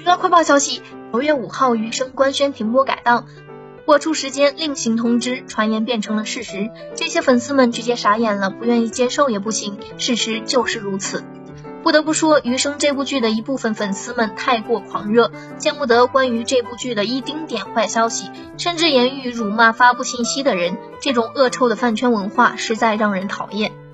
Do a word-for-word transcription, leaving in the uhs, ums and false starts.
娱乐快报消息，九月五号余生官宣停播改档，播出时间另行通知，传言变成了事实。这些粉丝们直接傻眼了，不愿意接受也不行，事实就是如此。不得不说，余生这部剧的一部分粉丝们太过狂热，见不得关于这部剧的一丁点坏消息，甚至言语辱骂发布信息的人，这种恶臭的饭圈文化实在让人讨厌。